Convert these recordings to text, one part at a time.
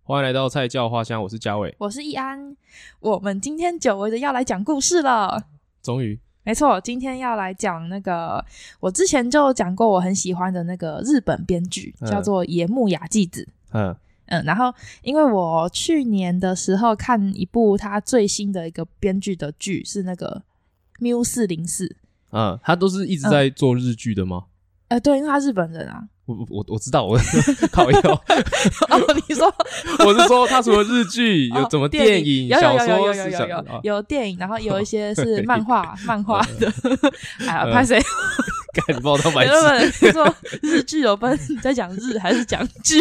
欢迎来到菜教花香，我是嘉伟， 我是易安。我们今天久违的要来讲故事了， 终于没错，今天要来讲那个我之前就讲过我很喜欢的那个日本编剧，叫做野木雅纪子。然后因为我去年的时候看一部他最新的一个编剧的剧，是那个 MIU404。 他都是一直在做日剧的吗？ 对，因为他日本人啊。 我知道，我靠腰你说我是说他除了日剧有怎么电影小说有电影，然后有一些是漫画的拍谁干你把我当白痴你说日剧有分在讲日还是讲剧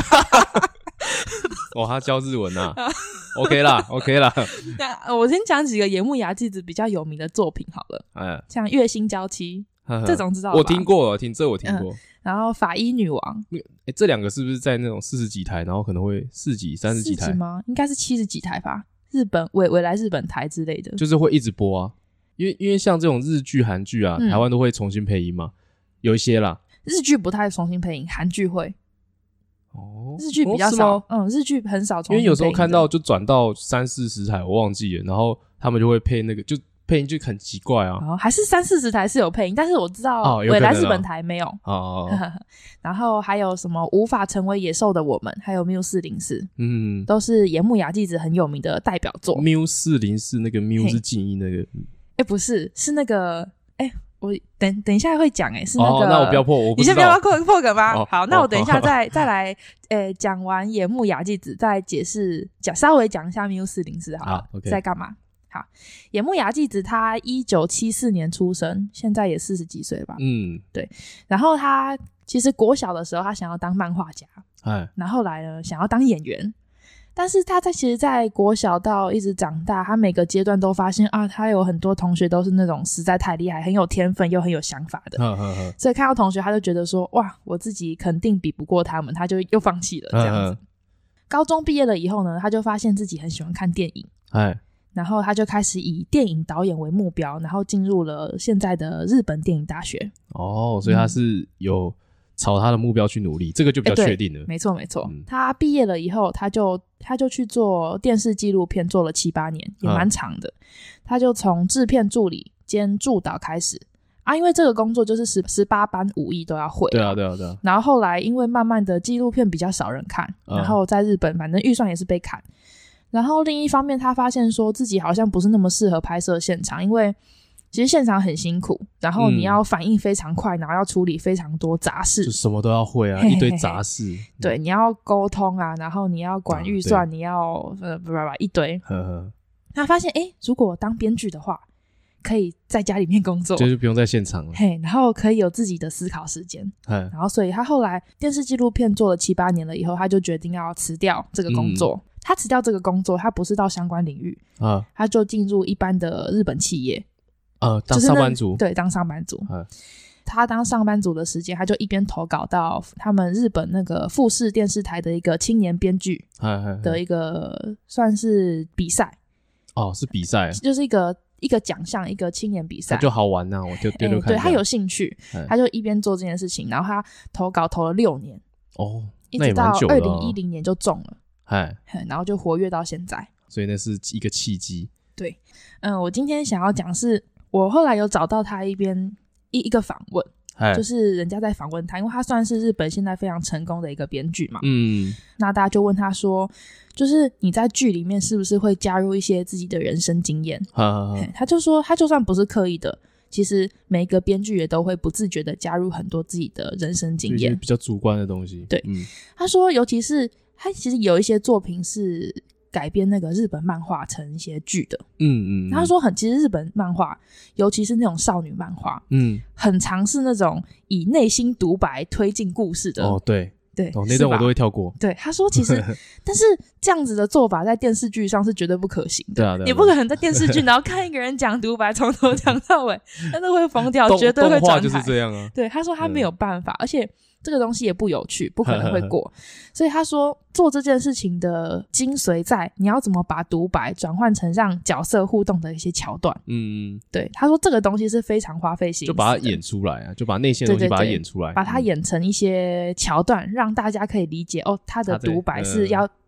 他教日文啊OK 啦我先讲几个野木雅纪子比较有名的作品好了，像月薪娇妻这种知道吧？ 我听过，这我听过。 然后法医女王， 这两个是不是在那种40几台，然后可能会40几、30几台吗？应该是70几台吧，日本未来日本台之类的， 就是会一直播啊。因为像这种日剧、韩剧啊，台湾都会重新配音嘛，有一些啦。 日剧不太重新配音，韩剧会。日剧比较少，日剧很少重新配音。 因为有时候看到就转到30-40台，我忘记了，然后他们就会配那个就。配音就很奇怪啊， 还是30-40台是有配音，但是我知道未来日本台没有。然后还有什么无法成为野兽的我们，还有 MIU404，都是野木雅纪子很有名的代表作。 MIU404那个 MIU 是静音那个， 不是，是那个我等一下会讲是那个。 那我不要破，我不知道。 你先不要破梗吗？好，那我等一下再来讲完野木雅纪子，再解释稍微讲一下 MIU404好了，在干嘛？好，野木雅纪子他1974年出生，现在也40几岁吧。对。然后他其实国小的时候他想要当漫画家，然后后来呢想要当演员，但是他其实在国小到一直长大，他每个阶段都发现他有很多同学都是那种实在太厉害，很有天分又很有想法的，所以看到同学他就觉得说哇，我自己肯定比不过他们，他就又放弃了这样子。高中毕业了以后呢，他就发现自己很喜欢看电影，然后他就开始以电影导演为目标，然后进入了现在的日本电影大学。所以他是有朝他的目标去努力，这个就比较确定了。 没错。他毕业了以后，他就去做电视纪录片，做了7-8年，也蛮长的。他就从制片助理兼助导开始因为这个工作就是18般武艺都要会。对啊。然后后来因为慢慢的纪录片比较少人看，然后在日本反正预算也是被砍。然后另一方面他发现说自己好像不是那么适合拍摄现场，因为其实现场很辛苦，然后你要反应非常快，然后要处理非常多杂事， 就什么都要会啊，一堆杂事。 对，你要沟通然后你要管预算，你要一堆。他发现如果当编剧的话可以在家里面工作， 就是不用在现场了。 然后可以有自己的思考时间。然后所以他后来电视纪录片做了7-8年了以后，他就决定要辞掉这个工作。他辞掉这个工作，他不是到相关领域他就进入一般的日本企业当上班族。 对，当上班族。他当上班族的时间，他就一边投稿到他们日本那个富士电视台的一个青年编剧的一个算是比赛。 是比赛， 就是一个奖项，一个青年比赛， 就好玩我就看。 对，他有兴趣，他就一边做这件事情，然后他投稿投了6年一直到2010年就中了。然后就活跃到现在， 所以那是一个契机。 对，我今天想要讲是我后来有找到他一个访问，就是人家在访问他，因为他算是日本现在非常成功的一个编剧嘛。那大家就问他说，就是你在剧里面是不是会加入一些自己的人生经验？他就说他就算不是刻意的，其实每一个编剧也都会不自觉的加入很多自己的人生经验， 比较主观的东西。 对，他说尤其是他其实有一些作品是改编那个日本漫画成一些剧的。他说其实日本漫画尤其是那种少女漫画很常是那种以内心独白推进故事的。对， 那段我都会跳过。 对，他说其实但是这样子的做法在电视剧上是绝对不可行的。 对， 你不可能在电视剧然后看一个人讲独白从头讲到尾那都会疯掉，绝对会转台。 动画就是这样啊。 对，他说他没有办法，而且这个东西也不有趣，不可能会过。所以他说做这件事情的精髓在你要怎么把独白转换成让角色互动的一些桥段。对，他说这个东西是非常花费心思的， 就把它演出来啊，就把内线的东西把它演出来， 把它演成一些桥段，让大家可以理解他的独白是要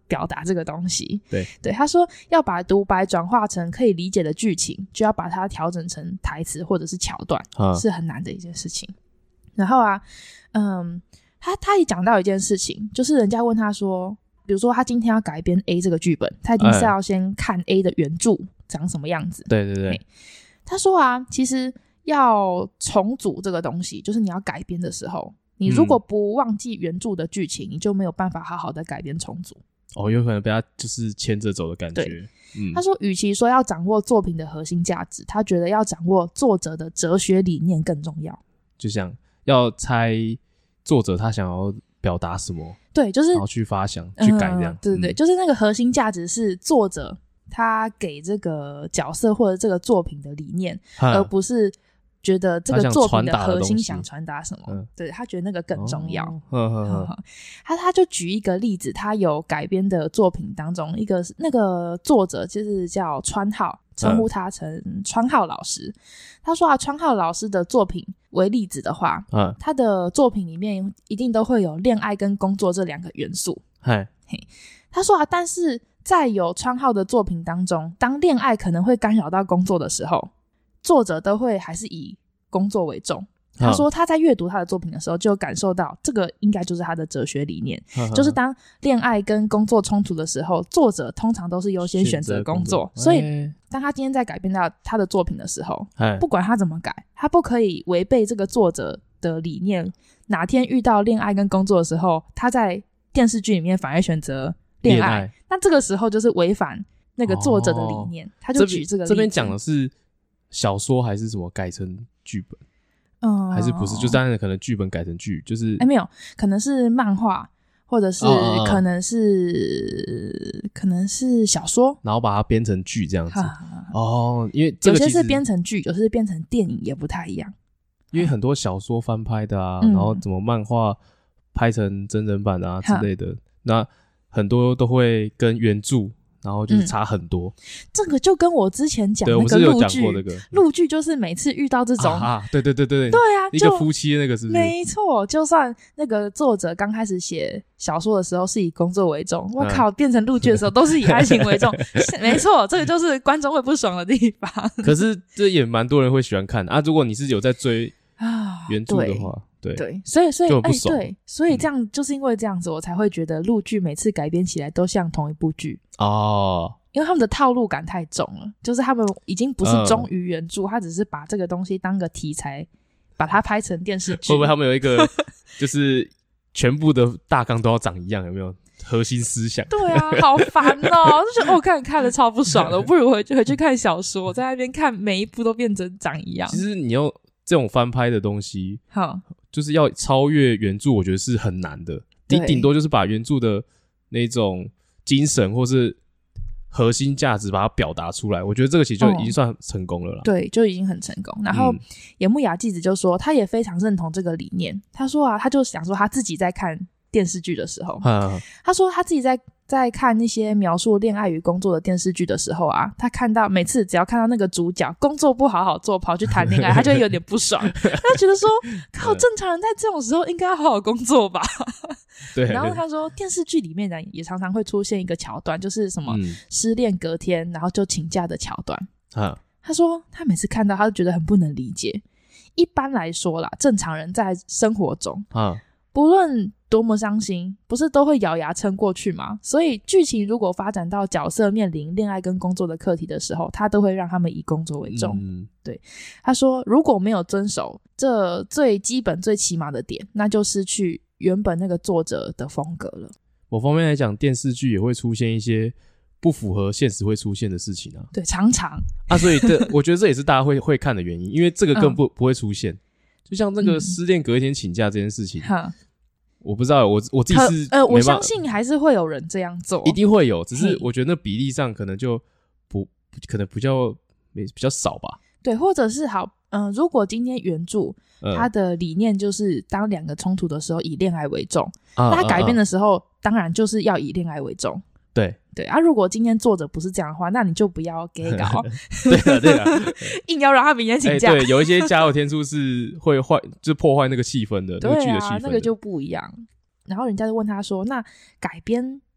表达这个东西。 对， 他说要把独白转化成可以理解的剧情，就要把它调整成台词或者是桥段，是很难的一件事情。然后啊他也讲到一件事情，就是人家问他说，比如说他今天要改编 A 这个剧本，他一定是要先看 A 的原著长什么样子。 对， 他说啊，其实要重组这个东西，就是你要改编的时候，你如果不忘记原著的剧情，你就没有办法好好的改编重组。 有可能被他就是牵着走的感觉。 他说与其说要掌握作品的核心价值，他觉得要掌握作者的哲学理念更重要。 就像要猜作者他想要表达什么， 对，就是然后去发想去改这样。 对，就是那个核心价值是作者他给这个角色或者这个作品的理念，而不是觉得这个作品的核心想传达什么。对，他觉得那个更重要。他就举一个例子，他有改编的作品当中，一个那个作者就是叫川浩，称呼他成川浩老师。他说啊，川浩老师的作品为例子的话，他的作品里面一定都会有恋爱跟工作这两个元素。他说啊，但是在有川浩的作品当中，当恋爱可能会干扰到工作的时候，作者都会还是以工作为重。他说他在阅读他的作品的时候就感受到这个应该就是他的哲学理念，就是当恋爱跟工作冲突的时候，作者通常都是优先选择工作。所以当他今天在改编到他的作品的时候，不管他怎么改，他不可以违背这个作者的理念。哪天遇到恋爱跟工作的时候，他在电视剧里面反而选择恋爱，那这个时候就是违反那个作者的理念。他就举这个例子。 这边讲的是小说还是什么改成剧本？还是不是？就当然可能剧本改成剧，就是没有，可能是漫画，或者是可能是小说， 然后把它编成剧这样子。因为这个有些是编成剧，有些是编成电影，也不太一样。 因为很多小说翻拍的啊，然后怎么漫画拍成真人版啊之类的，那很多都会跟原著。然后就是差很多， 这个就跟我之前讲那个陆剧就是每次遇到这种对啊，一个夫妻的那个是不是？ 没错，就算那个作者刚开始写小说的时候是以工作为重，我靠，变成陆剧的时候都是以爱情为重。没错，这个就是观众会不爽的地方。 可是这也蛮多人会喜欢看啊，如果你是有在追原著的话。 对，所以就很不爽。 对，所以这样就是因为这样子，我才会觉得陆剧每次改编起来都像同一部剧因为他们的套路感太重了，就是他们已经不是忠于原著，他只是把这个东西当个题材，把它拍成电视剧。 会不会他们有一个就是全部的大纲都要长一样？有没有核心思想？ 对啊，好烦哦！就觉得看了超不爽的，我不如回去看小说，我在那边看每一部都变成长一样。 其实你要这种翻拍的东西，就是要超越原著，我觉得是很难的。你顶多就是把原著的那种精神或是核心价值把它表达出来，我觉得这个其实就已经算成功了啦。 对，就已经很成功。然后野木雅纪子就说他也非常认同这个理念。他说啊，他就想说他自己在看电视剧的时候，他说他自己在看那些描述恋爱与工作的电视剧的时候啊，他每次只要看到那个主角工作不好好做，跑去谈恋爱，他就会有点不爽。他觉得说，靠，正常人在这种时候应该要好好工作吧。 对。 然后他说，电视剧里面呢也常常会出现一个桥段，就是什么失恋隔天然后就请假的桥段。他说他每次看到他就觉得很不能理解。一般来说啦，正常人在生活中不论多么伤心，不是都会咬牙撑过去吗？所以剧情如果发展到角色面临恋爱跟工作的课题的时候，他都会让他们以工作为重。对，他说如果没有遵守这最基本最起码的点，那就失去原本那个作者的风格了。 某方面来讲，电视剧也会出现一些不符合现实会出现的事情啊。 对，常常所以我觉得这也是大家会看的原因，因为这个更不会出现。就像那个失恋隔一天请假这件事情，我不知道，我自己是我相信还是会有人这样做， 一定会有，只是我觉得那比例上可能就可能比较少吧。 对，或者是如果今天原著它的理念就是当两个冲突的时候以恋爱为重，那它改编的时候当然就是要以恋爱为重。 对如果今天作者不是这样的话，那你就不要给搞。 对啊硬要让他明天请假。 对，有一些加油天数是会就破坏那个气氛的，那个剧的气氛的。 那个就不一样。然后人家就问他说，那改编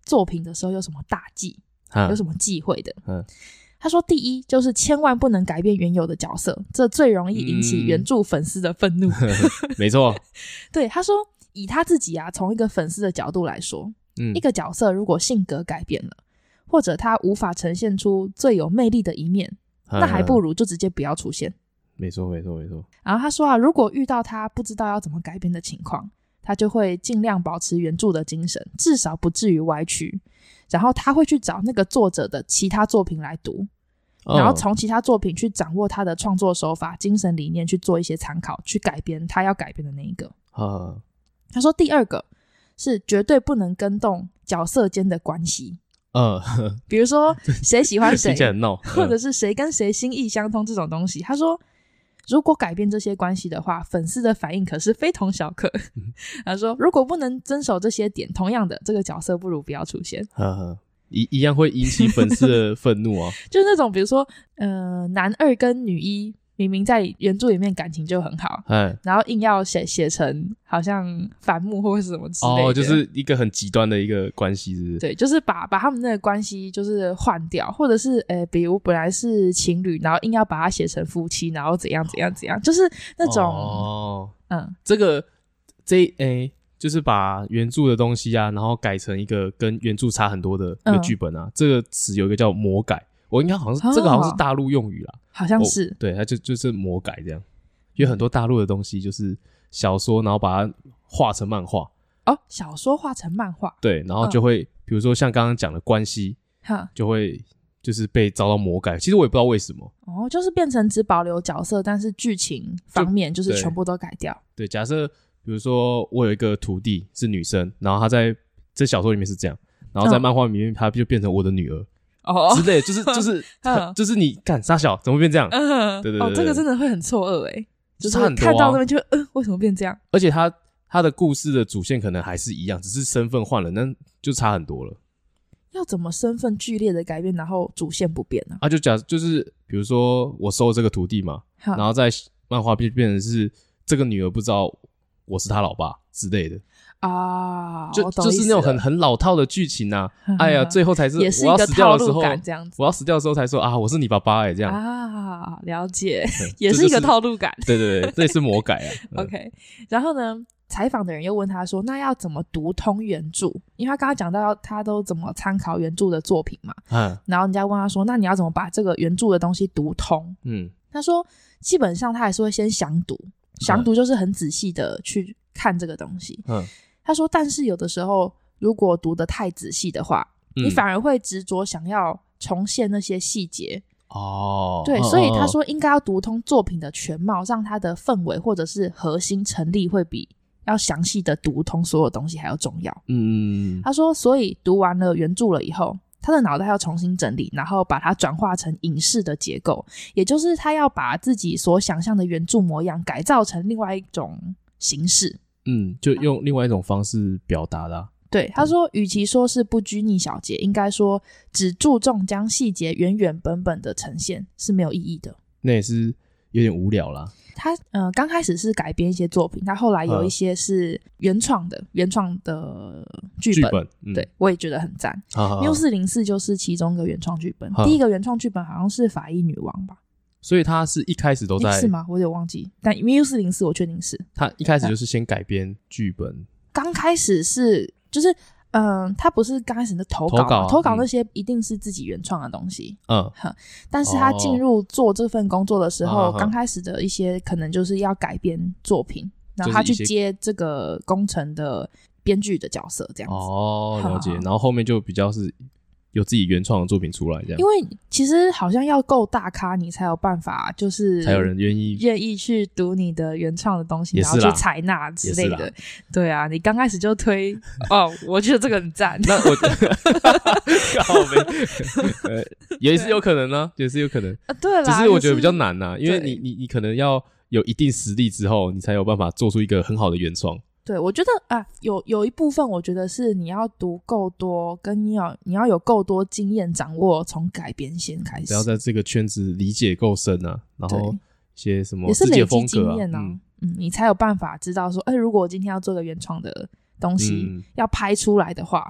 作品的时候有什么大忌，有什么忌讳的。他说第一就是千万不能改变原有的角色，这最容易引起原著粉丝的愤怒。 没错。 对，他说以他自己啊，从一个粉丝的角度来说，一个角色如果性格改变了，或者他无法呈现出最有魅力的一面，那还不如就直接不要出现。 没错没错没错。 然后他说啊，如果遇到他不知道要怎么改编的情况，他就会尽量保持原著的精神，至少不至于歪曲。然后他会去找那个作者的其他作品来读，然后从其他作品去掌握他的创作手法、精神理念，去做一些参考，去改编他要改编的那一个。他说第二个是绝对不能跟动角色间的关系。比如说谁喜欢谁或者是谁跟谁心意相通这种东西。他说如果改变这些关系的话，粉丝的反应可是非同小可。他说如果不能遵守这些点，同样的这个角色不如不要出现。 一样会引起粉丝的愤怒啊。 就是那种比如说男二跟女一明明在原著里面感情就很好，然后硬要写成好像反目或是什么之类的。 就是一个很极端的一个关系，是不是？ 对，就是把他们那个关系就是换掉，或者是比如本来是情侣，然后硬要把它写成夫妻，然后怎样怎样怎样，就是那种就是把原著的东西啊，然后改成一个跟原著差很多的一个剧本啊。这个词有一个叫魔改，我应该好像是这个好像是大陆用语啦， 好像是。 对，它就是魔改这样。因为很多大陆的东西就是小说，然后把它画成漫画。 小说画成漫画。对， 然后就会比如说像刚刚讲的关系，就会就是被遭到魔改。其实我也不知道为什么。 就是变成只保留角色，但是剧情方面就是全部都改掉。 对，假设比如说我有一个徒弟是女生，然后她在这小说里面是这样，然后在漫画里面她就变成我的女儿之类的，就是你干傻小怎么会变这样？对对对， 这个真的会很错愕欸，就是看到那边就为什么变这样？ 而且他的故事的主线可能还是一样，只是身份换了，那就差很多了。 要怎么身份剧烈的改变，然后主线不变呢？ 就是比如说我收了这个徒弟嘛，然后在漫画变成是这个女儿不知道我是他老爸之类的啊，就是那种很老套的剧情啊。哎呀，最后才是也是一个套路感这样子。 我要死掉的时候才说啊，我是你爸爸这样啊，了解，也是一个套路感。 对对对，这也是魔改啊。 OK， 然后呢，采访的人又问他说，那要怎么读通原著？因为他刚刚讲到他都怎么参考原著的作品嘛。然后人家问他说，那你要怎么把这个原著的东西读通？他说基本上他还是会先详读。详读就是很仔细的去看这个东西。他说但是有的时候如果读得太仔细的话，你反而会执着想要重现那些细节。对，所以他说应该要读通作品的全貌，让它的氛围或者是核心成立会比要详细的读通所有东西还要重要。他说所以读完了原著了以后，他的脑袋要重新整理，然后把它转化成影视的结构，也就是他要把自己所想象的原著模样改造成另外一种形式。 就用另外一种方式表达的。 对，他说与其说是不拘泥小节，应该说只注重将细节原原本本的呈现是没有意义的。 那也是有点无聊啦。 他刚开始是改编一些作品，他后来有一些是原创的剧本。对，我也觉得很赞。MIU404就是其中一个原创剧本。第一个原创剧本好像是法医女王吧。 所以他是一开始都在。 是吗？我有点忘记，但MIU404我确定是他一开始就是先改编剧本。 刚开始是就是他不是刚开始的投稿那些一定是自己原创的东西。但是他进入做这份工作的时候，刚开始的一些可能就是要改编作品，然后他去接这个工程的编剧的角色这样子。 了解。然后后面就比较是有自己原创的作品出来这样。 因为其实好像要够大咖你才有办法，就是才有人愿意去读你的原创的东西，然后去采纳之类的。对啊，你刚开始就推我觉得这个很赞。那我也是有可能呢，也是有可能。 对啦， 只是我觉得比较难啊，因为你可能要有一定实力之后，你才有办法做出一个很好的原创。 对，我觉得有一部分我觉得是你要读够多，跟你要有够多经验掌握，从改编先开始。 只要在这个圈子理解够深啊，然后一些什么世界风格也是累积经验啊。你才有办法知道说，如果我今天要做个原创的东西，要拍出来的话，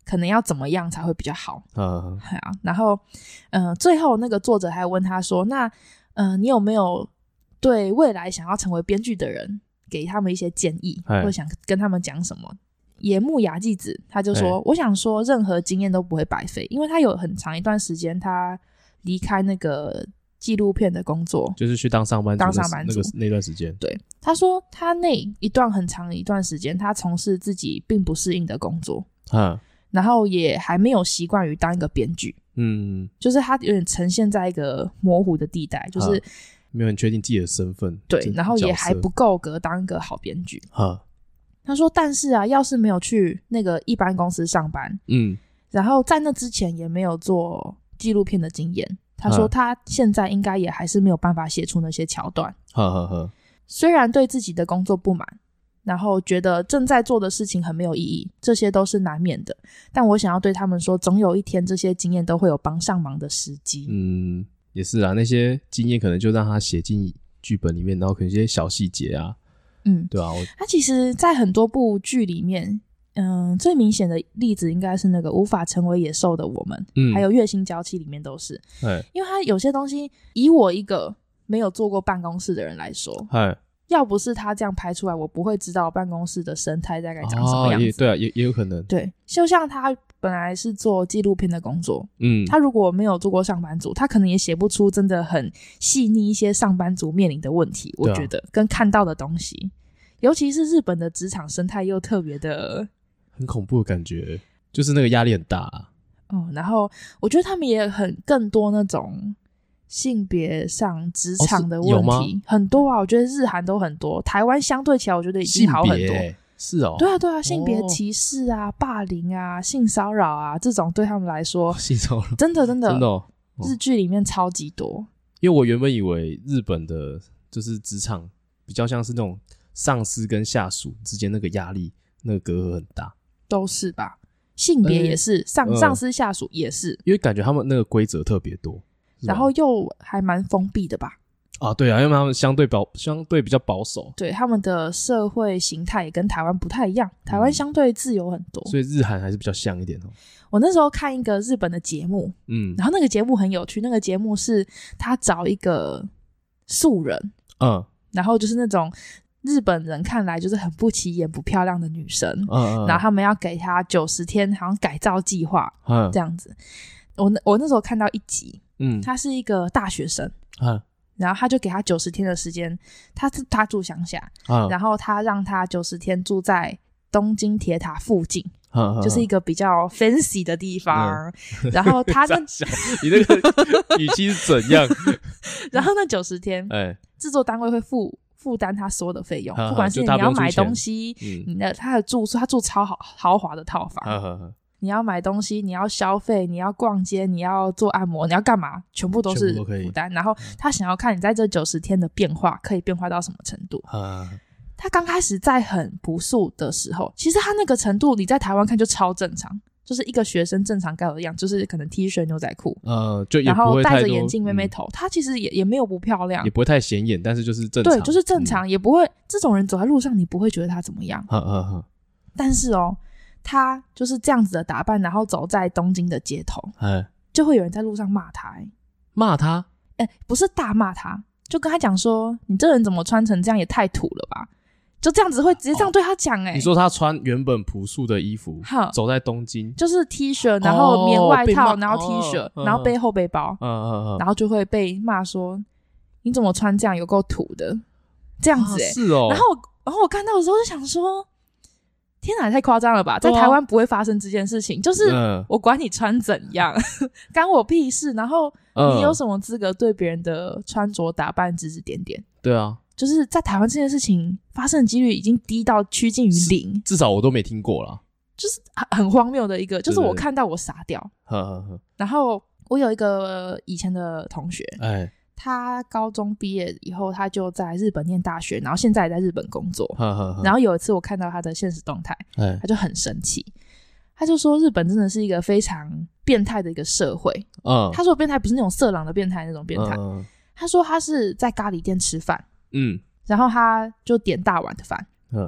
可能要怎么样才会比较好。然后最后那个作者还问他说，那你有没有对未来想要成为编剧的人给他们一些建议，或者想跟他们讲什么？野木雅纪子他就说，我想说任何经验都不会白费，因为他有很长一段时间他离开那个纪录片的工作， 就是去当上班族那段时间。 对，他说他那一段很长一段时间他从事自己并不适应的工作，然后也还没有习惯于当一个编剧，就是他有点呈现在一个模糊的地带，就是没有很确定自己的身份， 对，然后也还不够格当一个好编剧。他说但是啊，要是没有去那个一般公司上班，然后在那之前也没有做纪录片的经验，他说他现在应该也还是没有办法写出那些桥段。虽然对自己的工作不满，然后觉得正在做的事情很没有意义，这些都是难免的，但我想要对他们说，总有一天这些经验都会有帮上忙的时机。 也是啊，那些经验可能就让他写进剧本里面，然后可能一些小细节啊，对啊。 他其实在很多部剧里面最明显的例子应该是那个无法成为野兽的我们，还有月薪娇妻里面都是，因为他有些东西以我一个没有做过办公室的人来说，要不是他这样拍出来，我不会知道办公室的生态大概长什么样子。 对啊，也有可能。 对，就像他本来是做纪录片的工作，他如果没有做过上班族，他可能也写不出真的很细腻一些上班族面临的问题，我觉得跟看到的东西，尤其是日本的职场生态又特别的很恐怖的感觉，就是那个压力很大啊。 然后我觉得他们也更多那种性别上职场的问题，很多啊，我觉得日韩都很多，台湾相对起来我觉得已经好很多。 是哦， 对啊，性别歧视啊、霸凌啊、性骚扰啊，这种对他们来说， 性骚扰真的日剧里面超级多。 因为我原本以为日本的就是职场比较像是那种上司跟下属之间那个压力那个隔阂很大， 都是吧？性别也是，上司下属也是， 因为感觉他们那个规则特别多， 然后又还蛮封闭的吧。 对啊，因为他们相对比较保守， 对，他们的社会形态也跟台湾不太一样，台湾相对自由很多， 所以日韩还是比较像一点我那时候看一个日本的节目，然后那个节目很有趣，那个节目是他找一个素人，然后就是那种日本人看来就是很不起眼不漂亮的女生，然后他们要给她90天好像改造计划，这样子。我那时候看到一集，他是一个大学生，然后他就给他90天的时间，他住乡下，然后他让他90天住在东京铁塔附近，就是一个比较 fancy 的地方，然后他你那个语气是怎样？ 然后那90天，制作单位会负担他所有的费用，不管是你要买东西，他的住宿，他住超豪华的套房，你要买东西，你要消费，你要逛街，你要做按摩，你要干嘛，全部都是负担。然后他想要看你在这90天的变化可以变化到什么程度。他刚开始在很朴素的时候，其实他那个程度你在台湾看就超正常，就是一个学生正常该有的样，就是可能 T 恤牛仔裤， 就也不会太多，然后戴着眼镜妹妹头，他其实也没有不漂亮， 也不会太显眼，但是就是正常， 对，就是正常，也不会这种人走在路上你不会觉得他怎么样。但是他就是这样子的打扮，然后走在东京的街头，就会有人在路上骂他， 骂他？ 不是大骂他，就跟他讲说，你这人怎么穿成这样也太土了吧，就这样子会直接这样对他讲。你说他穿原本朴素的衣服走在东京， 就是 T 恤然后棉外套，然后 T 恤然后背后背包，然后就会被骂说你怎么穿这样有够土的，这样子。 是哦。 然后我看到的时候就想说，天哪，太夸张了吧，在台湾不会发生这件事情，就是我管你穿怎样干我屁事，然后你有什么资格对别人的穿着打扮指指点点。 对啊， 就是在台湾这件事情发生的几率已经低到趋近于0， 至少我都没听过啦， 就是很荒谬的一个，就是我看到我傻掉。然后我有一个以前的同学，他高中毕业以后他就在日本念大学，然后现在也在日本工作。然后有一次我看到他的现实动态，他就很生气，他就说日本真的是一个非常变态的一个社会。他说变态不是那种色狼的变态那种变态，他说他是在咖喱店吃饭，然后他就点大碗的饭，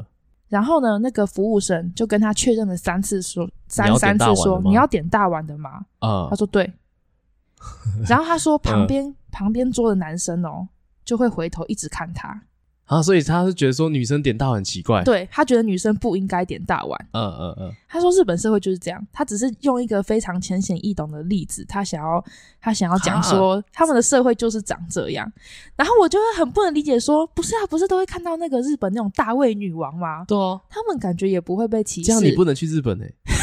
然后呢，那个服务生就跟他确认了三次说你要点大碗的吗？他说对。然后他说旁边桌的男生就会回头一直看他。 所以他是觉得说女生点大碗很奇怪。 对，他觉得女生不应该点大碗。他说日本社会就是这样，他只是用一个非常浅显易懂的例子，他想要讲说他们的社会就是长这样。然后我就会很不能理解说，不是都会看到那个日本那种大胃女王吗？ 对啊， 他们感觉也不会被歧视。 这样你不能去日本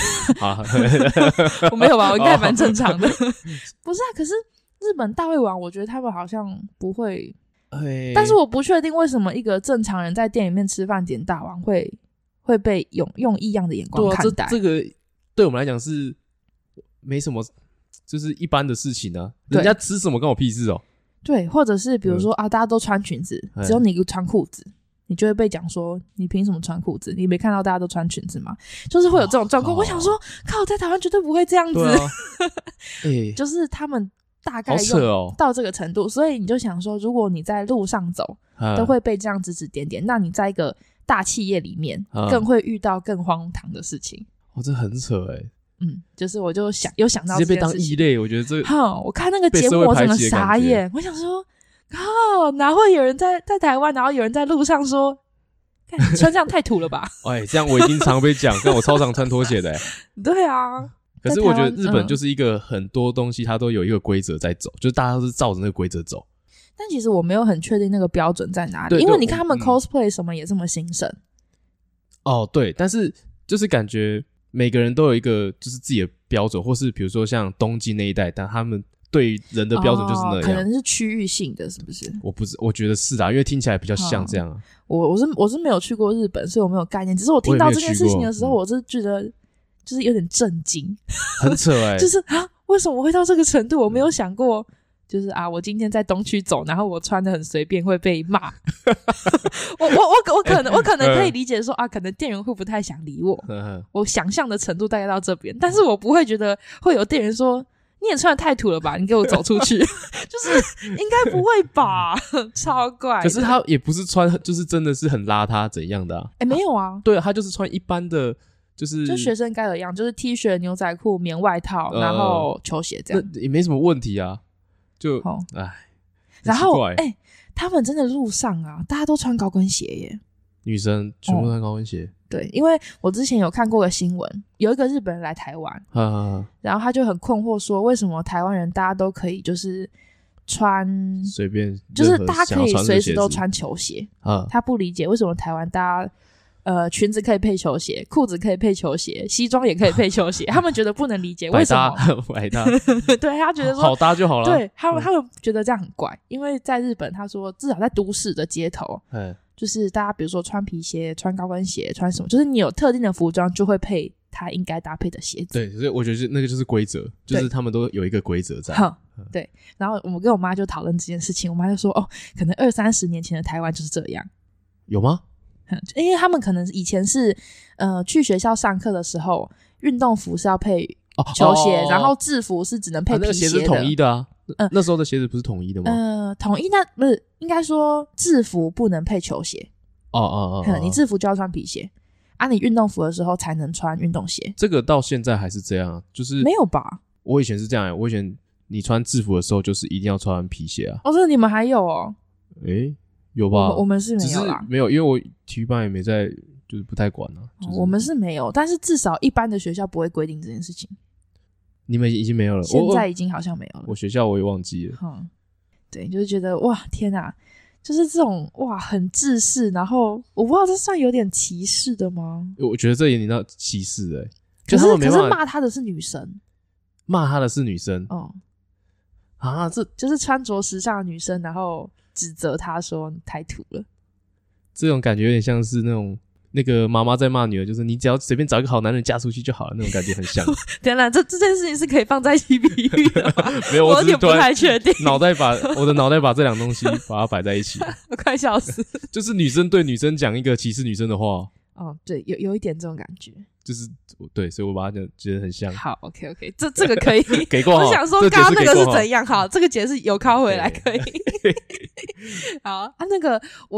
我没有吧，我应该蛮正常的。不是啊，可是日本大胃王我觉得他们好像不会，但是我不确定为什么一个正常人在店里面吃饭点大碗会被用异样的眼光看待。 这个对我们来讲是没什么，就是一般的事情啊，人家吃什么关我屁事对，或者是比如说大家都穿裙子，只有你穿裤子，你就会被讲说你凭什么穿裤子？你没看到大家都穿裙子吗？就是会有这种状况。我想说靠，在台湾绝对不会这样子。就是他们大概用到这个程度，所以你就想说，如果你在路上走都会被这样指指点点，那你在一个大企业里面更会遇到更荒唐的事情。 这很扯就是我就有想到直接被当异类，我觉得这我看那个节目我整个傻眼，我想说靠，哪会有人在台湾，然后有人在路上说穿这样太土了吧？ 这样我已经常被讲，但我超常穿拖鞋的对啊。 可是我觉得日本就是一个很多东西它都有一个规则在走，就是大家都是照着那个规则走。 但其实我没有很确定那个标准在哪里，因为你看他们 cosplay 什么也这么兴盛。 对，但是就是感觉每个人都有一个就是自己的标准，或是比如说像东京那一带，但他们对人的标准就是那样， 可能是区域性的，是不是？ 我觉得是因为听起来比较像这样啊。 我是没有去过日本，所以我没有概念。只是我听到这件事情的时候，我是觉得就是有点震惊，很扯就是为什么会到这个程度？我没有想过。就是我今天在东区走，然后我穿得很随便会被骂。我可能可以理解说可能店员会不太想理我。我想象的程度大概到这边，但是我不会觉得会有店员说你也穿得太土了吧，你给我走出去。就是应该不会吧，超怪的。 可是他也不是穿就是真的是很邋遢怎样的没有啊。 对，他就是穿一般的就学生该有样，就是 T 恤牛仔裤棉外套然后球鞋这样， 也没什么问题啊。 然后他们真的路上大家都穿高跟鞋耶， 女生全部穿高跟鞋。 对，因为我之前有看过个新闻，有一个日本人来台湾，然后他就很困惑说，为什么台湾人大家都可以就是穿随便， 就是大家可以随时都穿球鞋，他不理解为什么台湾大家裙子可以配球鞋，裤子可以配球鞋，西装也可以配球鞋，他们觉得不能理解为什么百搭对，他觉得说好搭就好了。 对，他们觉得这样很怪，因为在日本他说至少在都市的街头就是大家比如说穿皮鞋穿高跟鞋穿什么，就是你有特定的服装就会配他应该搭配的鞋子。 对，所以我觉得那个就是规则，就是他们都有一个规则在。 对，然后我跟我妈就讨论这件事情，我妈就说可能20-30年前的台湾就是这样。 有吗？ 因为他们可能以前是去学校上课的时候运动服是要配球鞋，然后制服是只能配皮鞋的。那个鞋子统一的那时候的鞋子不是统一的吗？ 统一那不是，应该说制服不能配球鞋。你制服就要穿皮鞋你运动服的时候才能穿运动鞋。 这个到现在还是这样，就是没有吧？ 我以前是这样我以前你穿制服的时候就是一定要穿皮鞋这个你们还有有吧？ 我们是没有啦， 只是没有，因为我体育班也没在，就是不太管我们是没有，但是至少一般的学校不会规定这件事情。 你们已经没有了？ 现在已经好像没有了。 我学校我也忘记了。 对，就是觉得哇天哪，就是这种很制式，然后我不知道这算有点歧视的吗？ 我觉得这有点到歧视可是骂他的是女生，这就是穿着时尚的女生，然后指责他说你太土了。 这种感觉有点像是那个妈妈在骂女儿，就是你只要随便找一个好男人嫁出去就好了，那种感觉很像。 天哪，这件事情是可以放在一起比喻的吗？ 没有， 我有点不太确定。 我的脑袋把这两东西把它摆在一起， 我快笑死。 就是女生对女生讲一个歧视女生的话。 对，有一点这种感觉。 就是对，所以我把它觉得很像。 好 ，OK， 这个可以给过。 我想说刚刚那个是怎样？好，这个解释有靠回来可以。好那个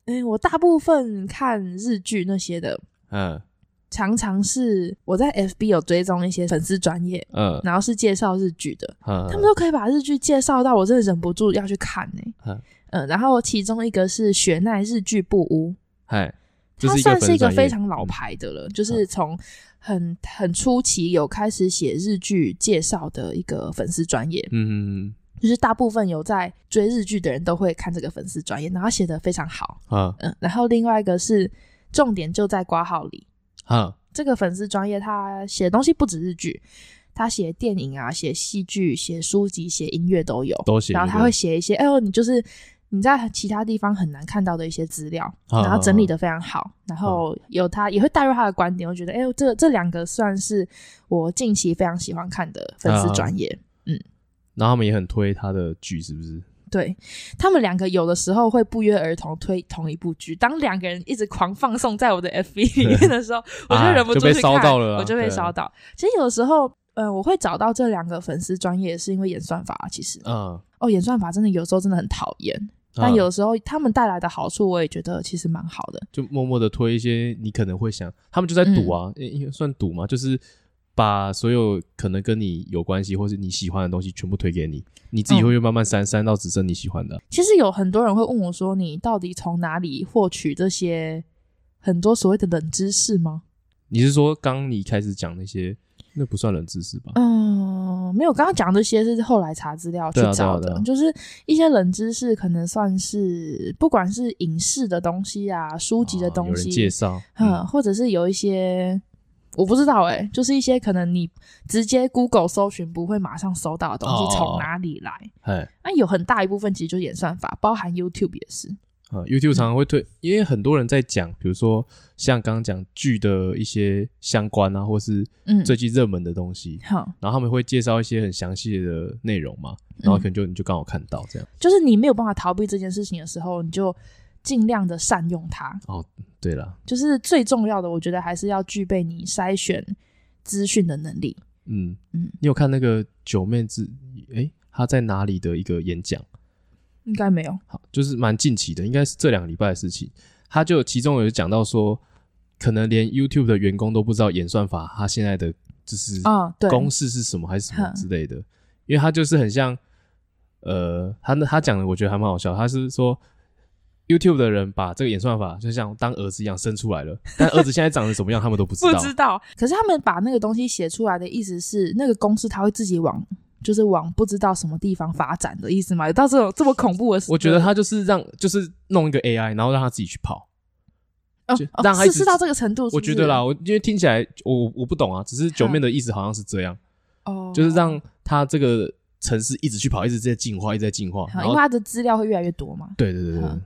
我大部分看日剧那些的，常常是我在 FB 有追踪一些粉丝专页，然后是介绍日剧的，他们都可以把日剧介绍到我真的忍不住要去看然后其中一个是雪奈日剧部屋，它算是一个非常老牌的了，就是从很初期有开始写日剧介绍的一个粉丝专页，就是大部分有在追日剧的人都会看这个粉丝专页，然后写得非常好，然后另外一个是重点就在括号里，这个粉丝专页他写的东西不止日剧，他写电影啊，写戏剧，写书籍，写音乐都有， 都写， 然后他会写一些你就是你在其他地方很难看到的一些资料，然后整理得非常好，然后有他也会带入他的观点，我觉得这两个算是我近期非常喜欢看的粉丝专页， 然后他们也很推他的剧，是不是？ 对，他们两个有的时候会不约而同推同一部剧，当两个人一直狂放送在我的 FB 里面的时候，我就忍不住去看， 就被烧到了， 我就被烧到。其实有的时候我会找到这两个粉丝专页是因为演算法其实演算法真的有时候真的很讨厌，但有时候他们带来的好处我也觉得其实蛮好的， 就默默的推一些你可能会想他们就在赌啊，算赌吗？就是把所有可能跟你有关系或是你喜欢的东西全部推给你，你自己会慢慢删到只剩你喜欢的。 其实有很多人会问我说，你到底从哪里获取这些很多所谓的冷知识吗？ 你是说刚你开始讲那些，那不算冷知识吧？ 没有，刚刚讲这些是后来查资料去找的，就是一些冷知识可能算是不管是影视的东西啊，书籍的东西， 有人介绍， 或者是有一些我不知道就是一些可能你直接 Google 搜寻不会马上搜到的东西从哪里来，那有很大一部分其实就是演算法，包含 YouTube 也是。 YouTube 常常会推，因为很多人在讲比如说像刚刚讲剧的一些相关啊，或是最近热门的东西，然后他们会介绍一些很详细的内容嘛，然后可能你就刚好看到这样， 就是你没有办法逃避这件事情的时候，你就尽量的善用它。 对啦， 就是最重要的我觉得还是要具备你筛选资讯的能力。 你有看那个九妹子她在哪里的一个演讲？ 应该没有。 好，就是蛮近期的，应该是这2个礼拜的事情。他就其中有讲到说，可能连 YouTube 的员工都不知道演算法他现在的就是公式是什么还是什么之类的，因为他就是很像他讲的我觉得还蛮好笑，他是说 YouTube 的人把这个演算法就像当儿子一样生出来了，但儿子现在长得怎么样他们都不知道。 不知道，可是他们把那个东西写出来的意思是那个公式他会自己往不知道什么地方发展的意思吗？有到这么恐怖的事？ 我觉得他就是就是弄一个 AI 然后让他自己去跑，让他是到这个程度是不是？ 我觉得啦，因为听起来我不懂啊，只是九妹的意思好像是这样，就是让他这个程式一直去跑，一直在进化，一直在进化， 因为他的资料会越来越多嘛。 对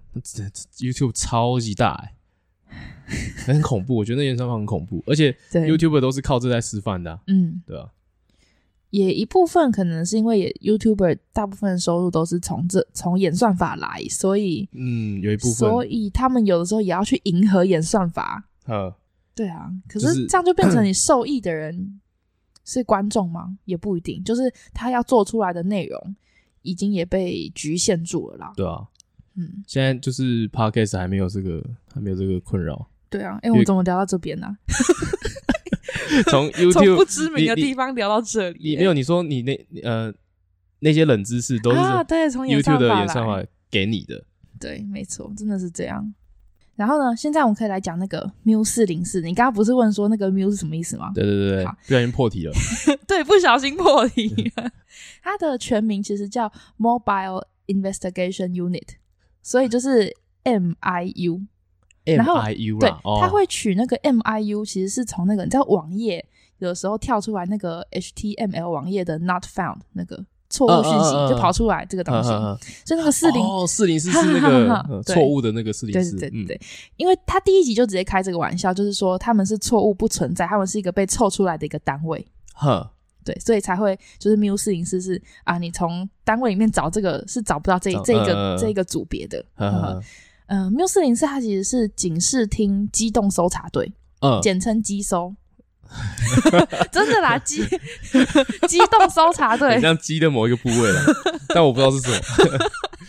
YouTube 超级大很恐怖，我觉得那演算法很恐怖，而且 YouTuber 都是靠这在吃饭的对啊。 也一部分可能是因为YouTuber 大部分收入都是从演算法来，所以有一部分， 所以他们有的时候也要去迎合演算法。对啊，可是这样就变成你受益的人是观众吗？也不一定，就是他要做出来的内容已经也被局限住了啦。 对啊，现在就是 Podcast 还没有这个困扰。对啊，我们怎么聊到这边呢？ 从 YouTube 从不知名的地方聊到这里， 没有你说你那些冷知识都是从 YouTube 的演算法给你的， 对，没错，真的是这样。然后呢，现在我们可以来讲那个 MU404， 你刚刚不是问说那个 MU 是什么意思吗？ 对，不小心破题了。 对，不小心破题了。它的全名其实叫 Mobile Investigation Unit， 所以就是 MIU。然后对，他会取那个 MIU 其实是从那个你知道网页有的时候跳出来那个 HTML 网页的 not found 那个错误讯息就跑出来这个东西，所以那个 404是那个错误的那个404。 对，因为他第一集就直接开这个玩笑，就是说他们是错误不存在，他们是一个被凑出来的一个单位。对，所以才会就是 MU404 是你从单位里面找这个是找不到这一个组别的。MU404 它其实是警视厅机动搜查队，简称机搜。真的啦，机动搜查队， 很像鸡的某一个部位啦，但我不知道是什么。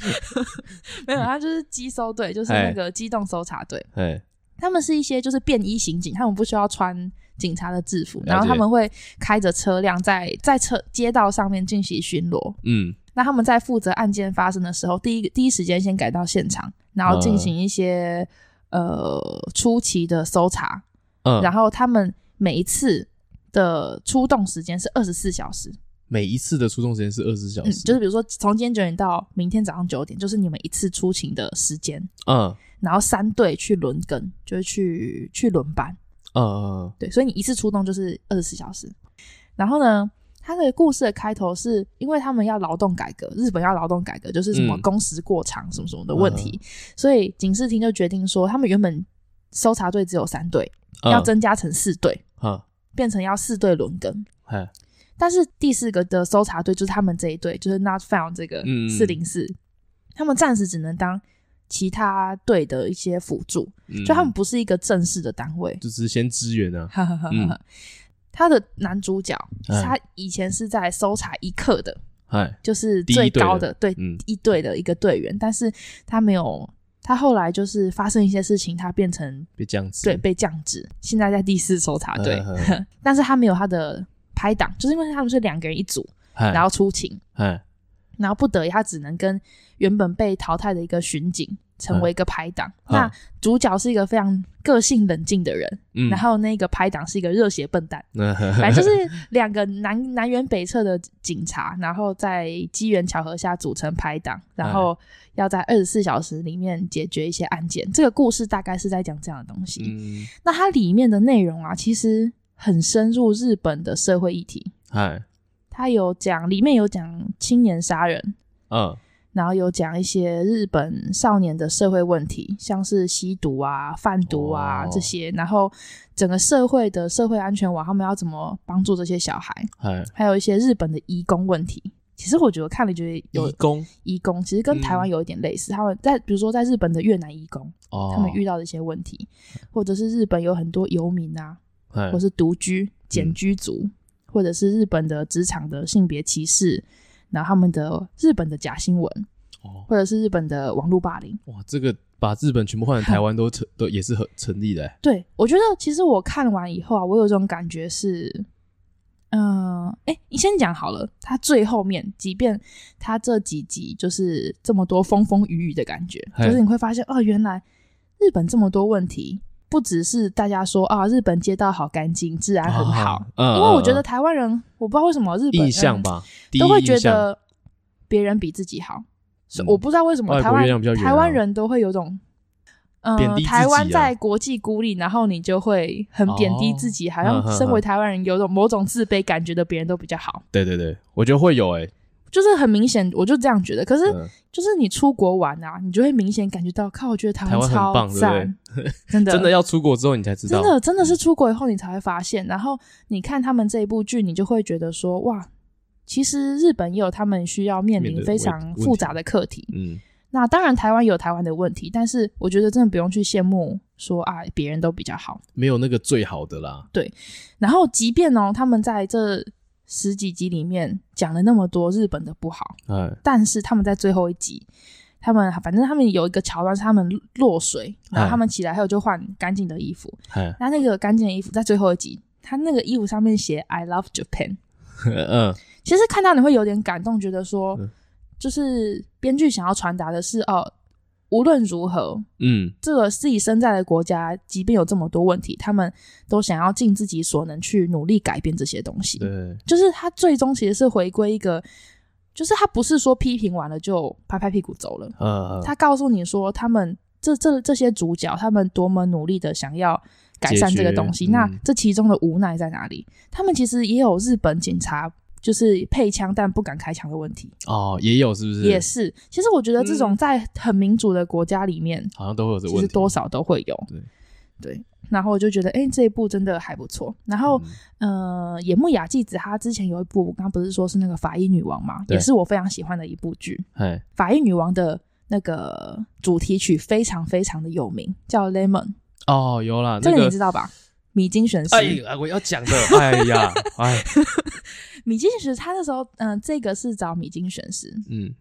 没有，他就是机搜队，就是那个机动搜查队。他们是一些就是便衣刑警，他们不需要穿警察的制服，然后他们会开着车辆在街道上面进行巡逻。那他们在负责案件发生的时候，第一时间先赶到现场，然后进行一些初期的搜查。然后他们每一次的出动时间是24小时。 每一次的出动时间是24小时。 就是比如说从今天9点到明天早上9点，就是你们一次出勤的时间。然后3队去轮更，就是去轮班。对，所以你一次出动就是24小时。然后呢，他的故事的开头是因为他们要劳动改革，日本要劳动改革，就是什么工时过长什么什么的问题，所以警视厅就决定说，他们原本搜查队只有3队，要增加成4队，变成要4队轮更。但是第4个的搜查队就是他们这一队，就是 Not Found 这个404，他们暂时只能当其他队的一些辅助，就他们不是一个正式的单位， 就只是先支援啊。 他的男主角他以前是在搜查一课的，就是最高的对一队的一个队员，但是他没有，他后来就是发生一些事情，他变成被降职， 对，被降职，现在在第4搜查队。但是他没有他的拍档，就是因为他们是2个人一组，然后出勤，然后不得已他只能跟原本被淘汰的一个巡警成为一个拍档。那主角是一个非常个性冷静的人，然后那个拍档是一个热血笨蛋。反正就是2个南辕北辙的警察，然后在机缘巧合下组成拍档，然后要在24小时里面解决一些案件。这个故事大概是在讲这样的东西。那它里面的内容啊，其实很深入日本的社会议题。他里面有讲青年杀人，然后有讲一些日本少年的社会问题，像是吸毒啊、贩毒啊这些，然后整个社会的社会安全网，他们要怎么帮助这些小孩，还有一些日本的移工问题。其实我觉得看了觉得有移工其实跟台湾有一点类似，他们比如说在日本的越南移工，他们遇到的一些问题，或者是日本有很多游民啊，或是独居、简居族，或者是日本的职场的性别歧视，然后他们的日本的假新闻，或者是日本的网络霸凌。 哇，这个把日本全部换成台湾都也是很成立的。 对，我觉得其实我看完以后啊，我有这种感觉是，你先讲好了，他最后面即便他这几集就是这么多风风雨雨的感觉，就是你会发现原来日本这么多问题，不只是大家说日本街道好干净，治安很好，因为我觉得台湾人，我不知道为什么日本人印象吧， 都会觉得别人比自己好。我不知道为什么台湾人都会有种台湾在国际孤立，然后你就会很贬低自己，好像身为台湾人有种某种自卑感，觉得别人都比较好。 对对对，我觉得会有就是很明显，我就这样觉得。可是就是你出国玩啊，你就会明显感觉到，我觉得台湾超赞，真的真的要出国之后你才知道， 真的是出国以后你才会发现。然后你看他们这一部剧，你就会觉得说，哇，其实日本也有他们需要面临非常复杂的课题。那当然台湾有台湾的问题，但是我觉得真的不用去羡慕说别人都比较好， 没有那个最好的啦。 对，然后即便他们在这10几集里面讲了那么多日本的不好，但是他们在最后一集，反正他们有一个桥段是他们落水，然后他们起来后就换干净的衣服，那个干净的衣服在最后一集，他那个衣服上面写 I love Japan。其实看到你会有点感动，觉得说就是编剧想要传达的是无论如何这个自己身在的国家即便有这么多问题，他们都想要尽自己所能去努力改变这些东西。 对， 就是他最终其实是回归一个，就是他不是说批评完了就拍拍屁股走了，他告诉你说他们这些主角他们多么努力的想要改善这个东西，那这其中的无奈在哪里？他们其实也有日本警察就是配枪但不敢开枪的问题也有是不是？ 也是。其实我觉得这种在很民主的国家里面好像都会有这个问题， 其实多少都会有。对，然后我就觉得这一部真的还不错。然后野木雅纪子她之前有一部，我刚刚不是说是那个法医女王嘛，也是我非常喜欢的一部剧。法医女王的那个主题曲非常非常的有名，叫 Lemon。 有啦， 这个你知道吧？米津玄师。 我要讲的米津玄师他那时候这个是找米津玄师。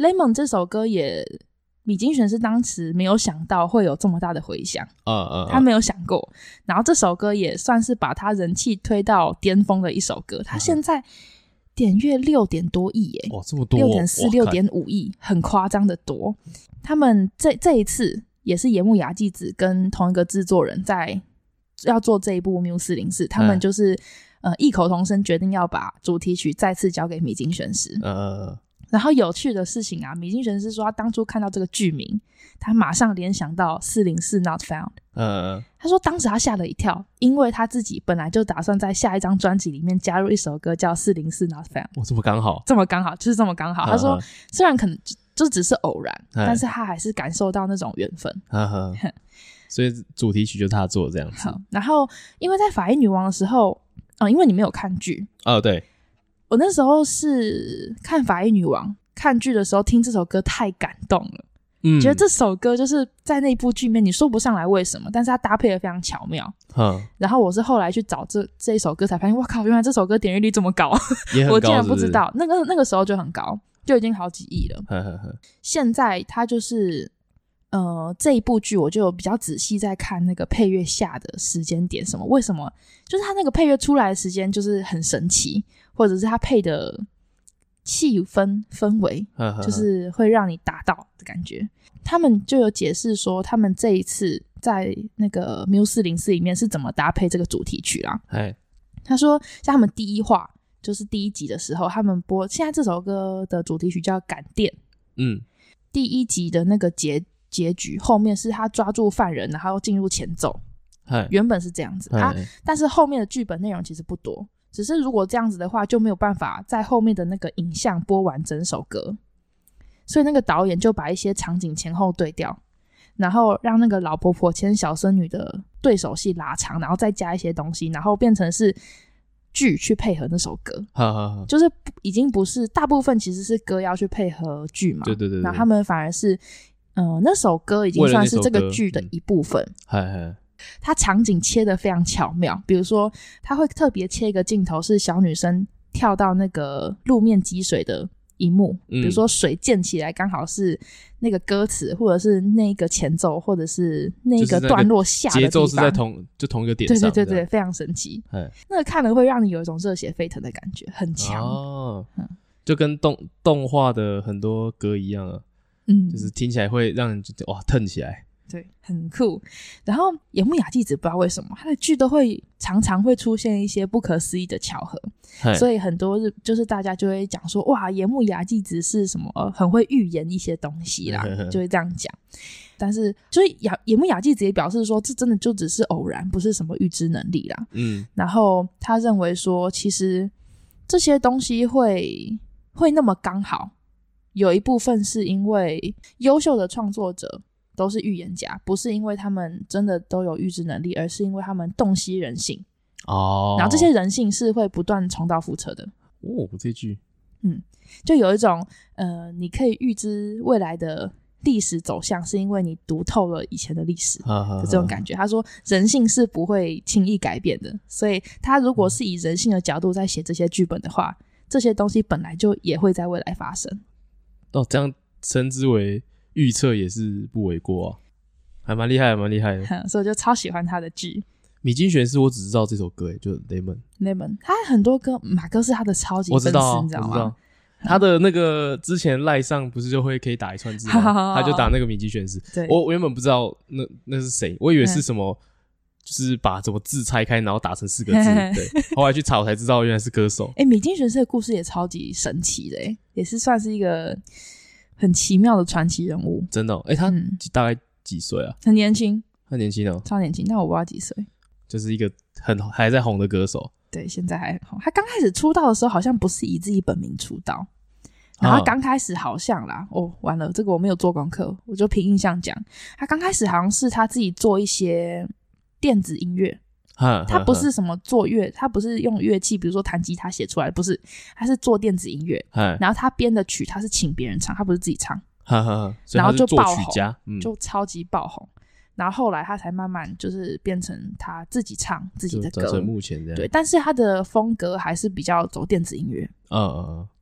Lemon 这首歌也米津玄师当时没有想到会有这么大的回响，他没有想过。然后这首歌也算是把他人气推到巅峰的一首歌，他现在点阅6点多亿耶， 哇，这么多 ，6.4、6.5亿，很夸张的多。他们这一次也是野木雅纪子跟同一个制作人在要做这一部 MIU404， 他们就是异口同声决定要把主题曲再次交给米津玄师。然后有趣的事情啊，米津玄师说他当初看到这个剧名，他马上联想到404 Not Found。他说当时他吓了一跳，因为他自己本来就打算在下一张专辑里面加入一首歌叫404 Not Found。 这么刚好， 这么刚好，就是这么刚好。他说虽然可能就只是偶然，但是他还是感受到那种缘分。 所以主题曲就是他做这样子。 然后因为在法医女王的时候，因为你没有看剧， 对， 我那时候是看法医女王看剧的时候听这首歌太感动了，觉得这首歌就是在那部剧里面你说不上来为什么，但是它搭配的非常巧妙。然后我是后来去找这一首歌才发现，哇靠，原来这首歌点阅率这么高，我竟然不知道。那个时候就很高，就已经好几亿了。现在它就是这一部剧我就有比较仔细在看那个配乐下的时间点，什么为什么就是它那个配乐出来的时间就是很神奇，或者是它配的气氛围就是会让你打到的感觉。他们就有解释说他们这一次在那个 MIU404 里面是怎么搭配这个主题曲啦。他说像他们第一话就是第一集的时候，他们播现在这首歌的主题曲叫感电。第一集的那个结局后面是他抓住犯人然后进入前奏，原本是这样子。但是后面的剧本内容其实不多，只是如果这样子的话就没有办法在后面的那个影像播完整首歌，所以那个导演就把一些场景前后对调，然后让那个老婆婆牵小孙女的对手戏拉长，然后再加一些东西，然后变成是剧去配合那首歌。就是已经不是大部分其实是歌要去配合剧嘛，对，然后他们反而是那首歌已经算是这个剧的一部分。它场景切得非常巧妙，比如说它会特别切一个镜头是小女生跳到那个路面积水的一幕，比如说水溅起来刚好是那个歌词或者是那个前奏或者是那个段落下的地方，节奏是在同一个点上。 对，非常神奇。那个看了会让你有一种热血沸腾的感觉，很强。 就跟动画的很多歌一样啊。就是听起来会让人哇腾起来， 对，很酷。然后野木雅纪子不知道为什么他的剧都会常常会出现一些不可思议的巧合，所以很多就是大家就会讲说，哇，野木雅纪子是什么很会预言一些东西啦，就会这样讲。但是就是野木雅纪子也表示说，这真的就只是偶然，不是什么预知能力啦。然后他认为说，其实这些东西会那么刚好，有一部分是因为优秀的创作者都是预言家，不是因为他们真的都有预知能力，而是因为他们洞悉人性。然后这些人性是会不断重蹈覆辙的。 这句就有一种你可以预知未来的历史走向，是因为你读透了以前的历史的这种感觉。他说人性是不会轻易改变的，所以他如果是以人性的角度在写这些剧本的话，这些东西本来就也会在未来发生。 这样称之为预测也是不为过啊，还蛮厉害的。 所以我就超喜欢他的剧。 米津玄师我只知道这首歌就 Lemon， 他很多歌，马哥是他的超级粉丝，你知道吗？ 他的那个之前赖上不是就会可以打一串字吗？他就打那个米津玄师。我原本不知道那是谁，我以为是什么，就是把什么字拆开然后打成4个字。对，后来去查我才知道原来是歌手。 米津玄师的故事也超级神奇的，也是算是一个很奇妙的传奇人物。 真的他大概几岁啊？ 很年轻。 很年轻超年轻，但我不知道几岁。 就是一个还在红的歌手。 对，现在还很红。他刚开始出道的时候好像不是以自己本名出道，然后他刚开始好像啦，完了，这个我没有做功课，我就凭印象讲，他刚开始好像是他自己做一些电子音乐。他不是什么做他不是用乐器，比如说弹吉他写出来的，不是，他是做电子音乐。然后他编的曲他是请别人唱，他不是自己唱。然后就爆红，就超级爆红。然后后来他才慢慢就是变成他自己唱自己的歌， 就目前这样。 对，但是他的风格还是比较走电子音乐。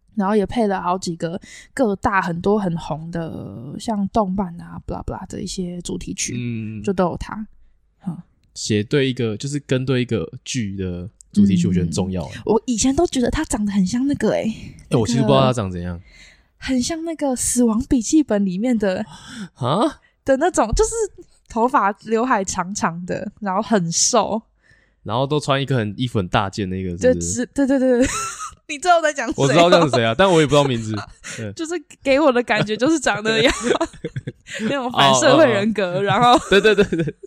然后也配了好几个各大很多很红的像动漫啊 blah blah 的一些主题曲，就都有他。 写对一个就是跟对一个剧的主题曲，我觉得很重要。 我以前都觉得他长得很像那个我其实不知道他长怎样， 很像那个《死亡笔记本》里面的的那种，就是头发刘海长长的，然后很瘦，然后都穿一个衣服很大件那个，是不是？ 对，你知道我在讲谁？ 我知道这样是谁啊，但我也不知道名字。 就是给我的感觉就是长那样，那种反社会人格，然后对， 对，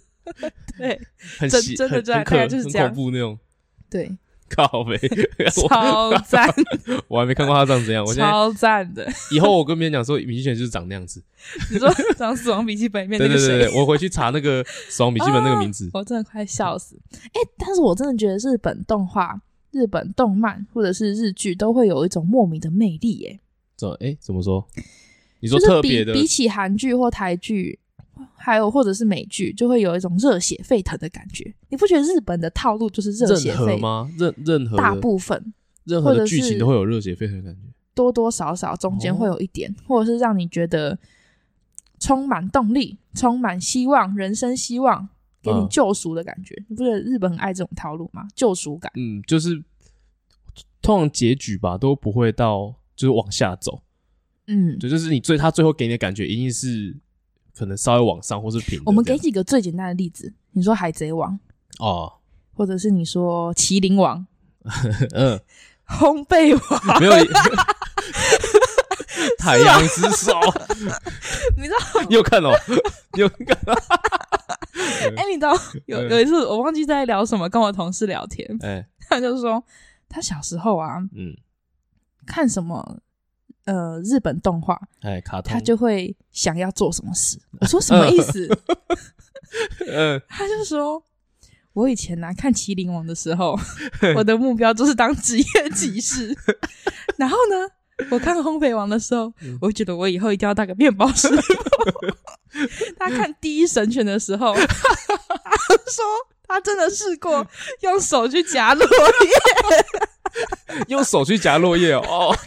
真的大概就是这样， 很恐怖那种。 对， 靠北， 超赞！ 我还没看过他长怎样，我现在超赞的。 以后我跟别人讲说，米津玄就是长那样子。 你说长《死亡笔记本》里面那个谁？ 对，我回去查那个《死亡笔记本》那个名字， 我真的快笑死。但是我真的觉得日本动画、日本动漫或者是日剧都会有一种莫名的魅力怎么说？你说特别的， 比起韩剧或台剧，还有或者是美剧，就会有一种热血沸腾的感觉。你不觉得日本的套路就是热血沸腾吗？任何大部分任何的剧情都会有热血沸腾的感觉， 多多少少中间会有一点，或者是让你觉得充满动力、充满希望、人生希望，给你救赎的感觉。你不觉得日本很爱这种套路吗？救赎感。 就是通常结局吧都不会到就是往下走。对，就是他最后给你的感觉一定是可能稍微往上或是平的。 我们给几个最简单的例子，你说海贼王或者是你说麒麟王烘焙王，没有太阳之手你知道你有看你有看你知道有一次我忘记在聊什么，跟我同事聊天他就说他小时候看什么日本动画卡通， 他就会想要做什么事。我说什么意思他就说我以前看麒麟王的时候我的目标就是当职业骑士然后呢我看烘焙王的时候我觉得我以后一定要当个面包师傅他看第一神拳的时候他说他真的试过用手去夹落叶用手去夹落叶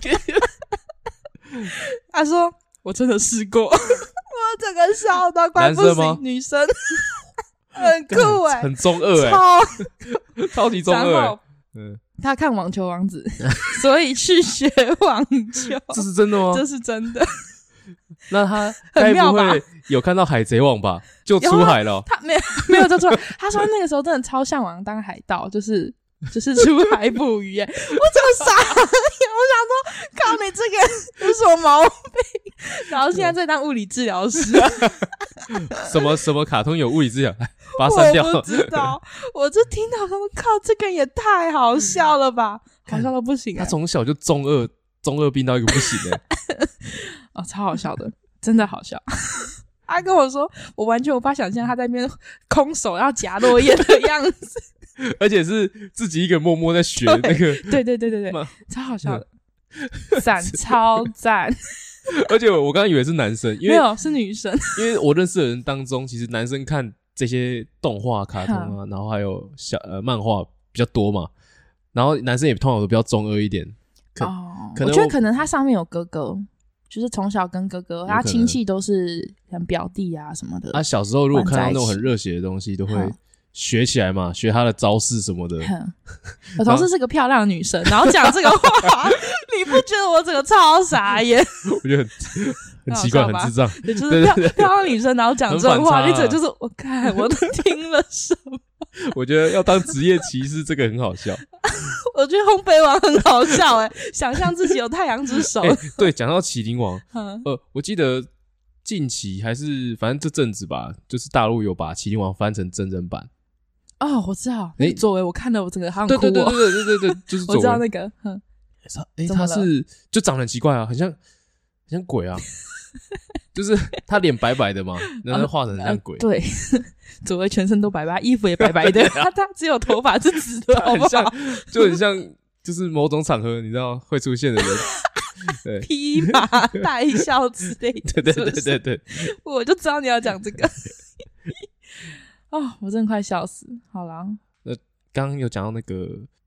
他说我真的试过我整个笑到快不行。女生很酷很中二超级中二他看网球王子所以去学网球这是真的吗？ 这是真的那他该不会有看到海贼王吧？就出海了他没有就出海他说那个时候真的超向往当海盗，就是出海捕鱼我真的傻眼我想说靠你这个有什么毛病然后现在在当物理治疗师什么卡通有物理治疗把它删掉我不知道我就听到他们靠这个也太好笑了吧好笑到不行他从小就中二病到一个不行超好笑的真的好笑他跟我说我完全无法想象他在那边空手要夹落叶的样子而且是自己一个默默在学那个对超好笑的赞超赞而且我刚刚以为是男生因为没有是女生因为我认识的人当中其实男生看这些动画卡通然后还有漫画比较多嘛然后男生也通常都比较中二一点我觉得可能他上面有哥哥就是从小跟哥哥他亲戚都是像表弟啊什么的他小时候如果看到那种很热血的东西都会学起来嘛学他的招式什么的我同事是个漂亮的女生然后讲这个话你不觉得我整个超傻眼我觉得很奇怪很智障就是漂亮女生然后讲这话你整个就是我看我都听了什么我觉得要当职业骑士这个很好笑我觉得烘焙王很好笑想象自己有太阳之手对讲到麒麟王我记得近期还是反正这阵子吧就是大陆有把麒麟王翻成真人版我知道作为我看了我整个好像哭对就是我知道那个他是就长得很奇怪很像鬼就是他脸白白的嘛然后画成像鬼对左为全身都白白衣服也白白的他只有头发是紫的好不好就很像就是某种场合你知道会出现的人对披麻戴孝之类的对我就知道你要讲这个我真的快笑死好啦那刚刚有讲到那个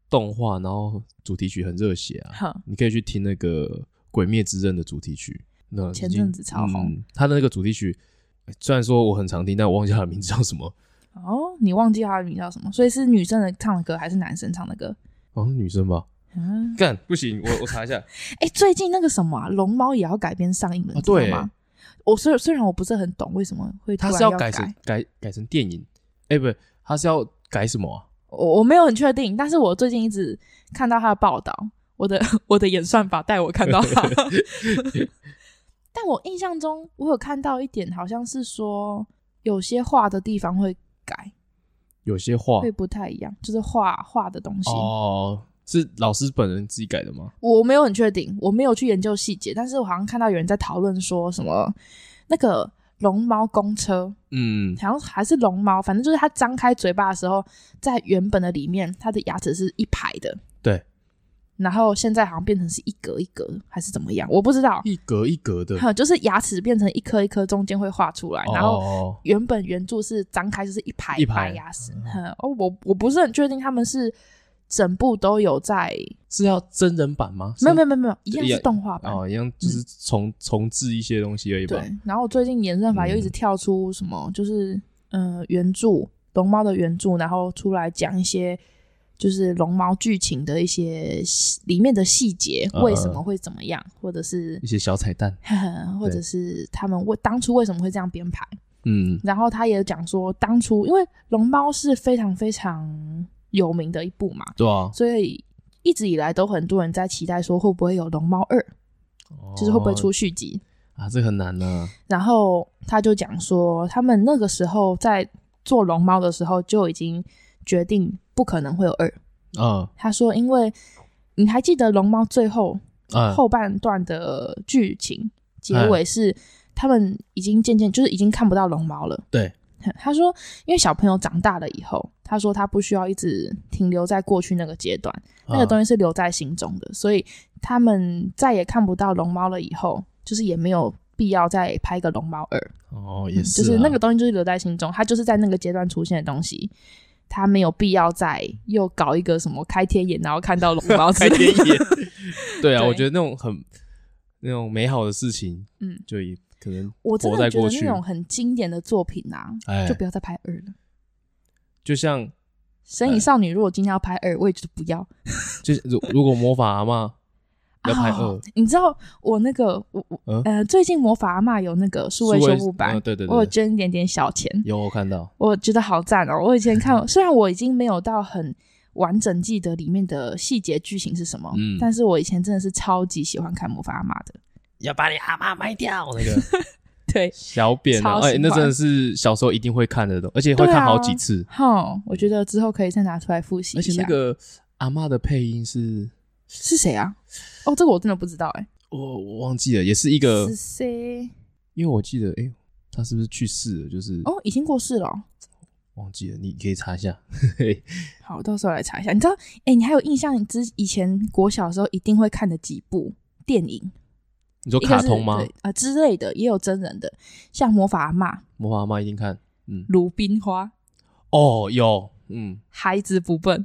动画，然后主题曲很热血啊，你可以去听那个《鬼灭之刃》的主题曲，那前阵子超红。 他的那个主题曲，虽然说我很常听，但我忘记他的名字叫什么。 哦，你忘记他的名字叫什么？所以是女生的唱的歌还是男生唱的歌？ 哦，女生吧。干不行，我查一下。 最近那个什么啊，龙猫也要改编上映了，你知道吗？我虽然我不是很懂为什么会突然他是要改成电影，不，他是要改什么啊？ 我没有很确定，但是我最近一直看到他的报道，我的演算法带我看到他。但我印象中我有看到一点，好像是说有些画的地方会改， 有些画会不太一样，就是画的东西。 哦，是老师本人自己改的吗？ 我没有很确定，我没有去研究细节，但是我好像看到有人在讨论说什么那个龙猫公车，好像还是龙猫，反正就是它张开嘴巴的时候，在原本的里面，它的牙齿是一排的， 对， 然后现在好像变成是一格一格，还是怎么样，我不知道， 一格一格的， 就是牙齿变成一颗一颗，中间会画出来，然后原著是张开就是一排一排牙齿，我不是很确定他们是整部都有在， 是要真人版吗？ 没有，一样是动画版一样就是重置一些东西而已吧。 对，然后最近演算法又一直跳出什么，就是原著龙猫的原著，然后出来讲一些就是龙猫剧情的一些里面的细节，为什么会怎么样，或者是一些小彩蛋， 或者是他们当初为什么会这样编排。然后他也讲说，当初因为龙猫是非常非常有名的一部嘛， 对啊， 所以一直以来都很多人在期待说会不会有龙猫2，就是会不会出续集啊？这很难啊。 然后他就讲说，他们那个时候在做龙猫的时候就已经决定不可能会有2。他说，因为你还记得龙猫最后后半段的剧情结尾是他们已经渐渐就是已经看不到龙猫了。 对。 他说因为小朋友长大了以后，他说他不需要一直停留在过去那个阶段，那个东西是留在心中的，所以他们再也看不到龙猫了以后，就是也没有必要再拍个龙猫2。 也是就是那个东西就是留在心中，它就是在那个阶段出现的东西，他没有必要再又搞一个什么开天眼然后看到龙猫之类的。开天眼对啊，我觉得那种美好的事情就也可能我真的觉得那种很经典的作品啊，就不要再拍2了。 就像神隐少女如果今天要拍2，我也觉得不要。 就是如果魔法阿嬷要拍2， 你知道我那个最近魔法阿嬷有那个数位修复版， 对， 我有捐一点点小钱， 有我看到， 我觉得好赞哦。我以前看虽然我已经没有到很完整记得里面的细节剧情是什么，但是我以前真的是超级喜欢看魔法阿嬷的。 要把你阿嬷卖掉那个对， 小扁那真的是小时候一定会看的，而且会看好几次。 我觉得之后可以再拿出来复习一下。 而且那个阿嬷的配音是谁啊？这个我真的不知道我忘记了，也是一个是谁？ 因为我记得他是不是去世了？就是已经过世了忘记了，你可以查一下。 好，到时候来查一下。你知道你还有印象以前国小的时候一定会看的几部电影？ 你说卡通吗？ 之类的，也有真人的，像魔法阿嬷一定看。 鲁冰花有孩子不笨。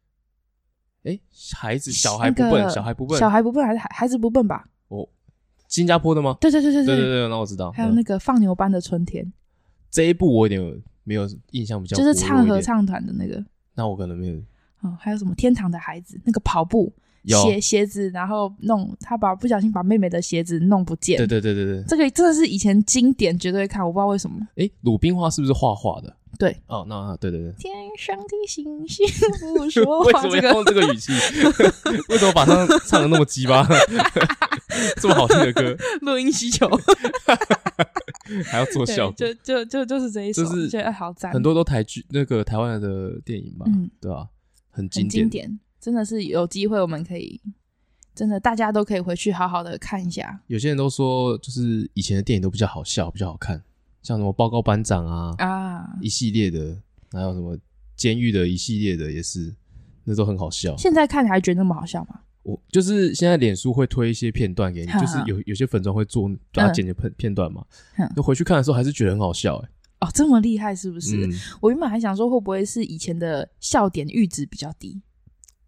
小孩不笨还是孩子不笨吧？ 新加坡的吗？ 对， 那我知道。 还有那个放牛班的春天， 这一部我有点没有印象，比较就是唱合唱团的那个。 那我可能没有。 还有什么天堂的孩子，那个跑步鞋子，然后他不小心把妹妹的鞋子弄不见。 对， 这个真的是以前经典，绝对会看。我不知道为什么。 鲁冰花是不是画画的？ 对。 那对。 天上的星星不说话。 为什么要用这个语气？为什么把它唱得那么鸡巴？这么好听的歌， 录音需求还要做效果， 就是这一首， 就是觉得好赞。 很多都台湾的电影吧，对吧？很经典， 真的是有机会我们可以，真的大家都可以回去好好的看一下。 有些人都说，就是以前的电影都比较好笑，比较好看，像什么报告班长一系列的，还有什么监狱的一系列的，也是那都很好笑。 现在看还觉得那么好笑吗？ 我就是现在脸书会推一些片段给你，就是有些粉专会做把它剪成片段嘛，就回去看的时候还是觉得很好笑这么厉害是不是？我原本还想说会不会是以前的笑点阈值比较低，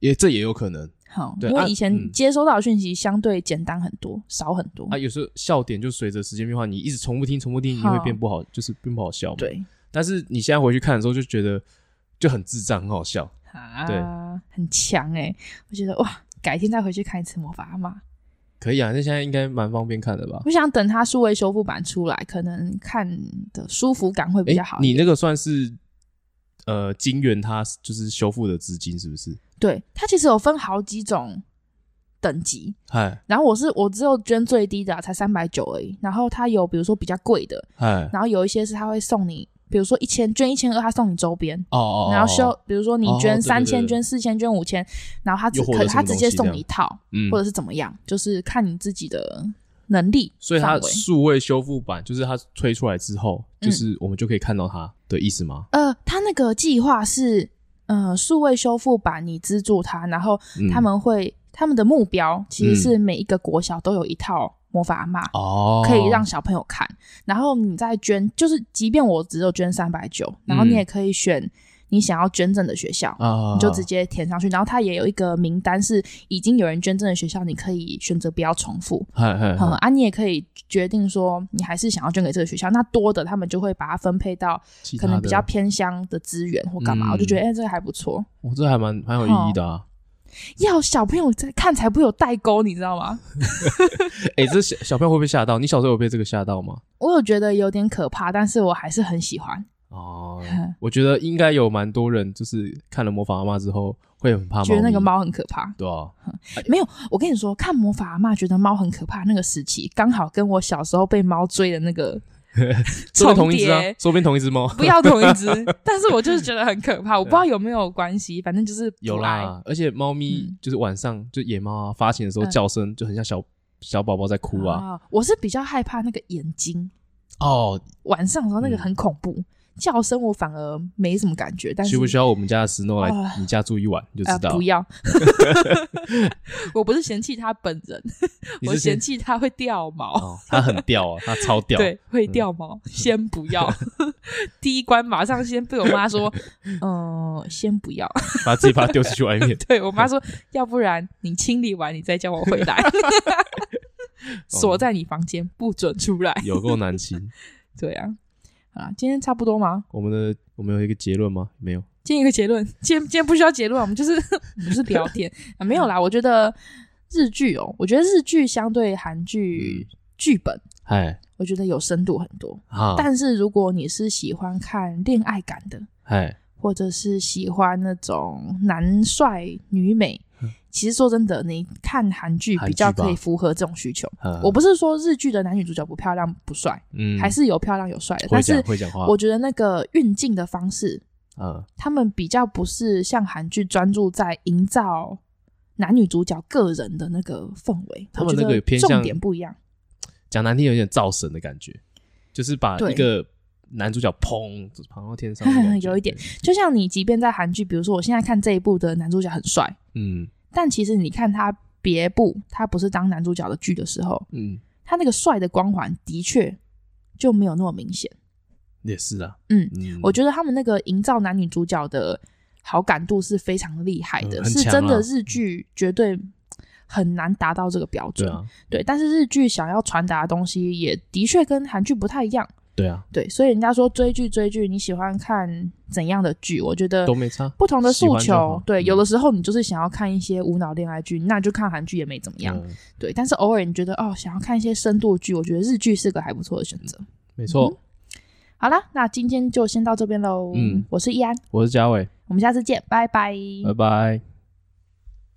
这也有可能。 好，因为以前接收到的讯息相对简单很多，少很多。 有时候笑点就随着时间变化，你一直重复听，你会变不好，就是变不好笑嘛。 对。 但是你现在回去看的时候，就觉得就很智障，很好笑。对， 很强我觉得哇，改天再回去看一次魔法阿嬷。 可以啊，那现在应该蛮方便看的吧？ 我想等它数位修复版出来，可能看的舒服感会比较好一点。 你那个算是金元它就是修复的资金是不是？ 对，它其实有分好几种等级，然后我只有捐最低的才390而已，然后它有比如说比较贵的，然后有一些是它会送你，比如说捐1200，他送你周边然后比如说你捐3000、捐4000、捐5000，然后他直接送你一套，或者是怎么样，就是看你自己的能力。 所以它数位修复版就是它推出来之后，就是我们就可以看到它的意思吗？ 它那个计划是数位修复版你资助它，然后他们的目标其实是每一个国小都有一套魔法阿嬷可以让小朋友看，然后你再捐，就是即便我只有捐390，然后你也可以选你想要捐赠的学校，你就直接填上去，然后它也有一个名单是已经有人捐赠的学校，你可以选择不要重复，你也可以决定说你还是想要捐给这个学校，那多的他们就会把它分配到可能比较偏乡的资源或干嘛，我就觉得这个还不错， 这还蛮有意义的啊。 要小朋友在看才不会有代沟，你知道吗？ 这小朋友会不会吓到？你小时候有被这个吓到吗？ 我有觉得有点可怕，但是我还是很喜欢。 我觉得应该有蛮多人就是看了魔法阿嬷之后会很怕猫咪， 觉得那个猫很可怕。 对啊， 没有，我跟你说，看魔法阿嬷觉得猫很可怕那个时期，刚好跟我小时候被猫追的那个说不定同一只啊，说不定同一只猫， 不要同一只。但是我就是觉得很可怕，我不知道有没有关系，反正就是有啦。而且猫咪就是晚上就野猫发情的时候叫声就很像小宝宝在哭啊。 我是比较害怕那个眼睛晚上的时候那个很恐怖。叫声我反而没什么感觉，但是需不需要我们家的Snow来你家住一晚你就知道？ 不要。我不是嫌弃他本人，我嫌弃他会掉毛。 他很掉他超掉。 对，会掉毛，先不要。第一关马上先被我妈说先不要， 自己把它丢出去外面。 对，我妈说要不然你清理完你再叫我回来。锁在你房间不准出来。 有够难清。 对啊。今天差不多吗？ 我们有一个结论吗？没有。 今天一个结论，今天不需要结论，我们就是聊天没有啦。我觉得日剧我觉得日剧相对韩剧剧本，我觉得有深度很多。但是如果你是喜欢看恋爱感的，或者是喜欢那种男帅女美，其实说真的，你看韩剧比较可以符合这种需求。我不是说日剧的男女主角不漂亮不帅，还是有漂亮有帅的，但是我觉得那个运镜的方式，他们比较不是像韩剧专注在营造男女主角个人的那个氛围， 他们那个偏向重点不一样。 讲难听有点造神的感觉，就是把一个男主角砰跑到天上， 有一点，就像你即便在韩剧，比如说我现在看这一部的男主角很帅，但其实你看他别部他不是当男主角的剧的时候，他那个帅的光环的确就没有那么明显。 也是啊， 我觉得他们那个营造男女主角的好感度是非常厉害的，是真的日剧绝对很难达到这个标准。对，但是日剧想要传达的东西也的确跟韩剧不太一样。 对啊， 对，所以人家说追剧，你喜欢看怎样的剧？我觉得都没差， 不同的诉求。对，有的时候你就是想要看一些无脑恋爱剧，那就看韩剧也没怎么样。对，但是偶尔你觉得想要看一些深度剧，我觉得日剧是个还不错的选择。 没错。 好啦，那今天就先到这边咯。我是易安， 我是嘉伟， 我们下次见，拜拜， 拜拜。